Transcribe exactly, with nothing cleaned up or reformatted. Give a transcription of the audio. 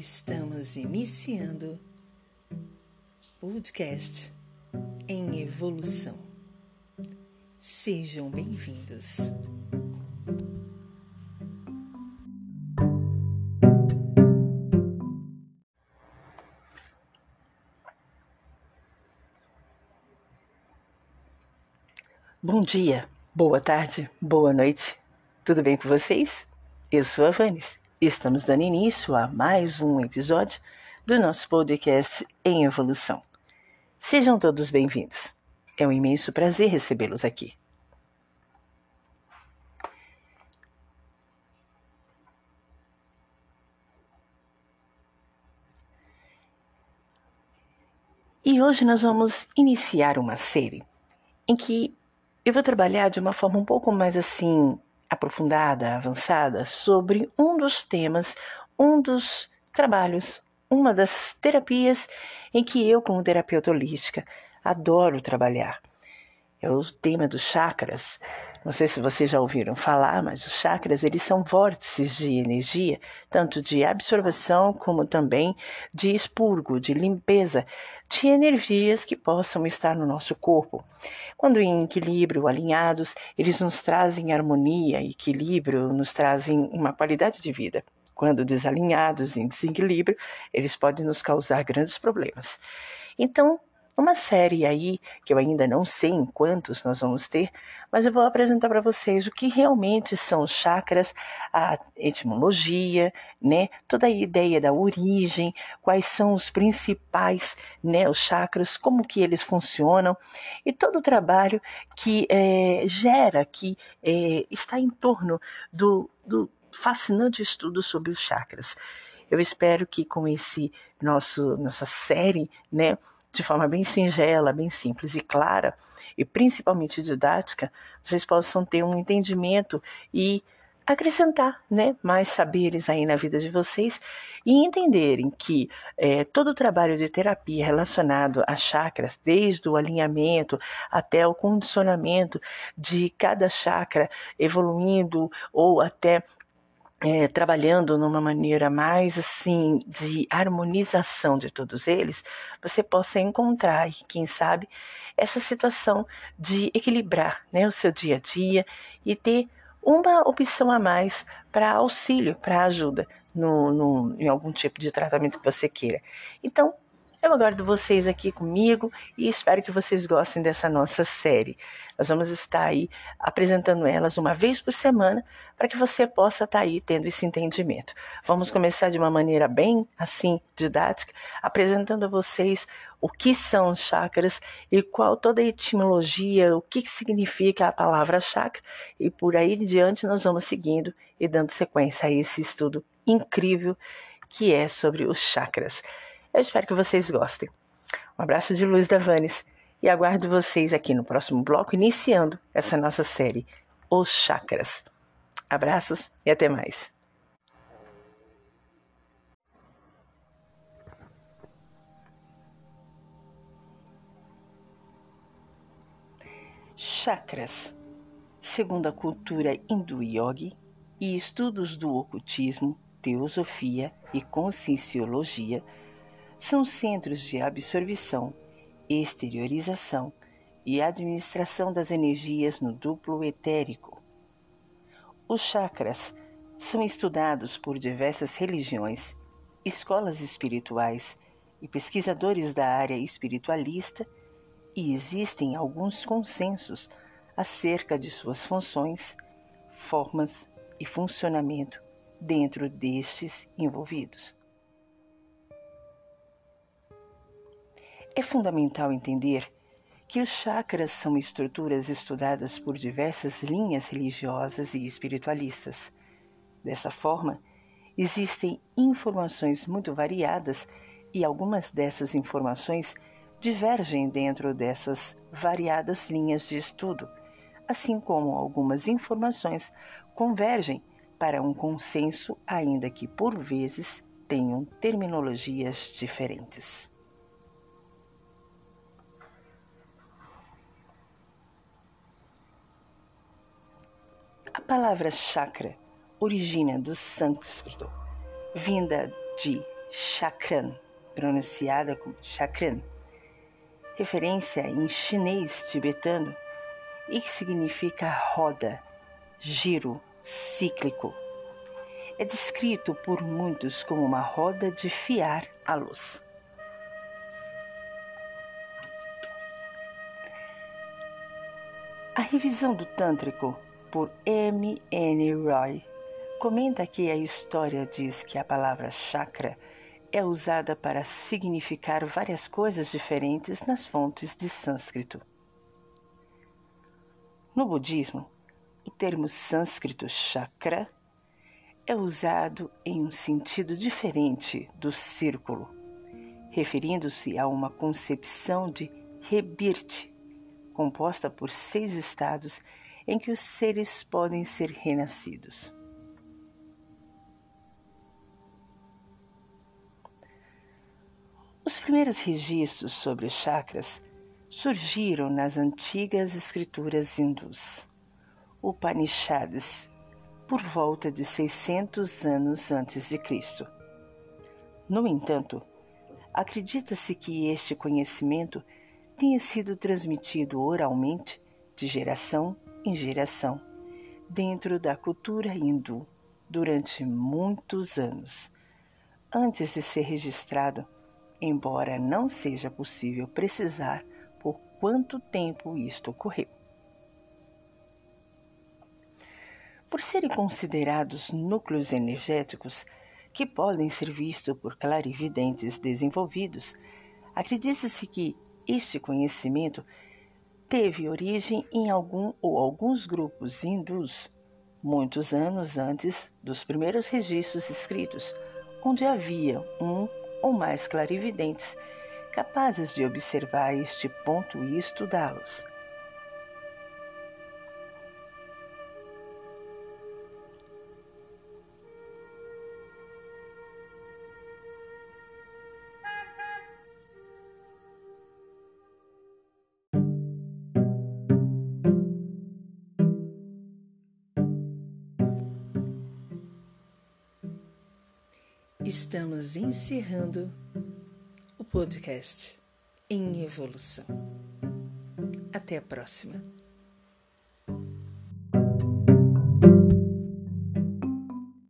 Estamos iniciando podcast em evolução. Sejam bem-vindos. Bom dia, boa tarde, boa noite. Tudo bem com vocês? Eu sou a Vanes. Estamos dando início a mais um episódio do nosso podcast em evolução. Sejam todos bem-vindos. É um imenso prazer recebê-los aqui. E hoje nós vamos iniciar uma série em que eu vou trabalhar de uma forma um pouco mais assim aprofundada, avançada, sobre um dos temas, um dos trabalhos, uma das terapias em que eu, como terapeuta holística, adoro trabalhar. É o tema dos chakras. Não sei se vocês já ouviram falar, mas os chakras, eles são vórtices de energia, tanto de absorção como também de expurgo, de limpeza, de energias que possam estar no nosso corpo. Quando em equilíbrio, alinhados, eles nos trazem harmonia e equilíbrio, nos trazem uma qualidade de vida. Quando desalinhados, em desequilíbrio, eles podem nos causar grandes problemas. Então, uma série aí, que eu ainda não sei em quantos nós vamos ter, mas eu vou apresentar para vocês o que realmente são os chakras, a etimologia, né, toda a ideia da origem, quais são os principais, né, os chakras, como que eles funcionam e todo o trabalho que é, gera, que é, está em torno do, do fascinante estudo sobre os chakras. Eu espero que com esse nosso, nossa série, né, de forma bem singela, bem simples e clara, e principalmente didática, vocês possam ter um entendimento e acrescentar, né, mais saberes aí na vida de vocês e entenderem que é, todo o trabalho de terapia relacionado a chakras, desde o alinhamento até o condicionamento de cada chakra evoluindo ou até É, trabalhando numa maneira mais assim de harmonização de todos eles, você possa encontrar, quem sabe, essa situação de equilibrar, né, o seu dia a dia e ter uma opção a mais para auxílio, para ajuda no, no, em algum tipo de tratamento que você queira. Então, eu aguardo vocês aqui comigo e espero que vocês gostem dessa nossa série. Nós vamos estar aí apresentando elas uma vez por semana para que você possa estar aí tendo esse entendimento. Vamos começar de uma maneira bem assim didática, apresentando a vocês o que são os chakras e qual toda a etimologia, o que significa a palavra chakra, e por aí em diante nós vamos seguindo e dando sequência a esse estudo incrível que é sobre os chakras. Eu espero que vocês gostem. Um abraço de luz da Vanes e aguardo vocês aqui no próximo bloco, iniciando essa nossa série, Os Chakras. Abraços e até mais. Chakras, segundo a cultura hindu-yogi e estudos do ocultismo, teosofia e conscienciologia, são centros de absorção, exteriorização e administração das energias no duplo etérico. Os chakras são estudados por diversas religiões, escolas espirituais e pesquisadores da área espiritualista, e existem alguns consensos acerca de suas funções, formas e funcionamento dentro destes envolvidos. É fundamental entender que os chakras são estruturas estudadas por diversas linhas religiosas e espiritualistas. Dessa forma, existem informações muito variadas e algumas dessas informações divergem dentro dessas variadas linhas de estudo, assim como algumas informações convergem para um consenso, ainda que por vezes tenham terminologias diferentes. A palavra chakra origina do sânscrito, vinda de chakran, pronunciada como chakran, referência em chinês tibetano e que significa roda, giro, cíclico. É descrito por muitos como uma roda de fiar a luz. A revisão do Tântrico, por M N Roy, comenta que a história diz que a palavra chakra é usada para significar várias coisas diferentes nas fontes de sânscrito. No budismo, o termo sânscrito chakra é usado em um sentido diferente do círculo, referindo-se a uma concepção de rebirth, composta por seis estados em que os seres podem ser renascidos. Os primeiros registros sobre os chakras surgiram nas antigas escrituras hindus, Upanishads, por volta de seiscentos anos antes de Cristo. No entanto, acredita-se que este conhecimento tenha sido transmitido oralmente de geração em geração dentro da cultura hindu durante muitos anos, antes de ser registrado, embora não seja possível precisar por quanto tempo isto ocorreu. Por serem considerados núcleos energéticos que podem ser vistos por clarividentes desenvolvidos, acredita-se que este conhecimento teve origem em algum ou alguns grupos hindus, muitos anos antes dos primeiros registros escritos, onde havia um ou mais clarividentes capazes de observar este ponto e estudá-los. Estamos encerrando o podcast em evolução. Até a próxima.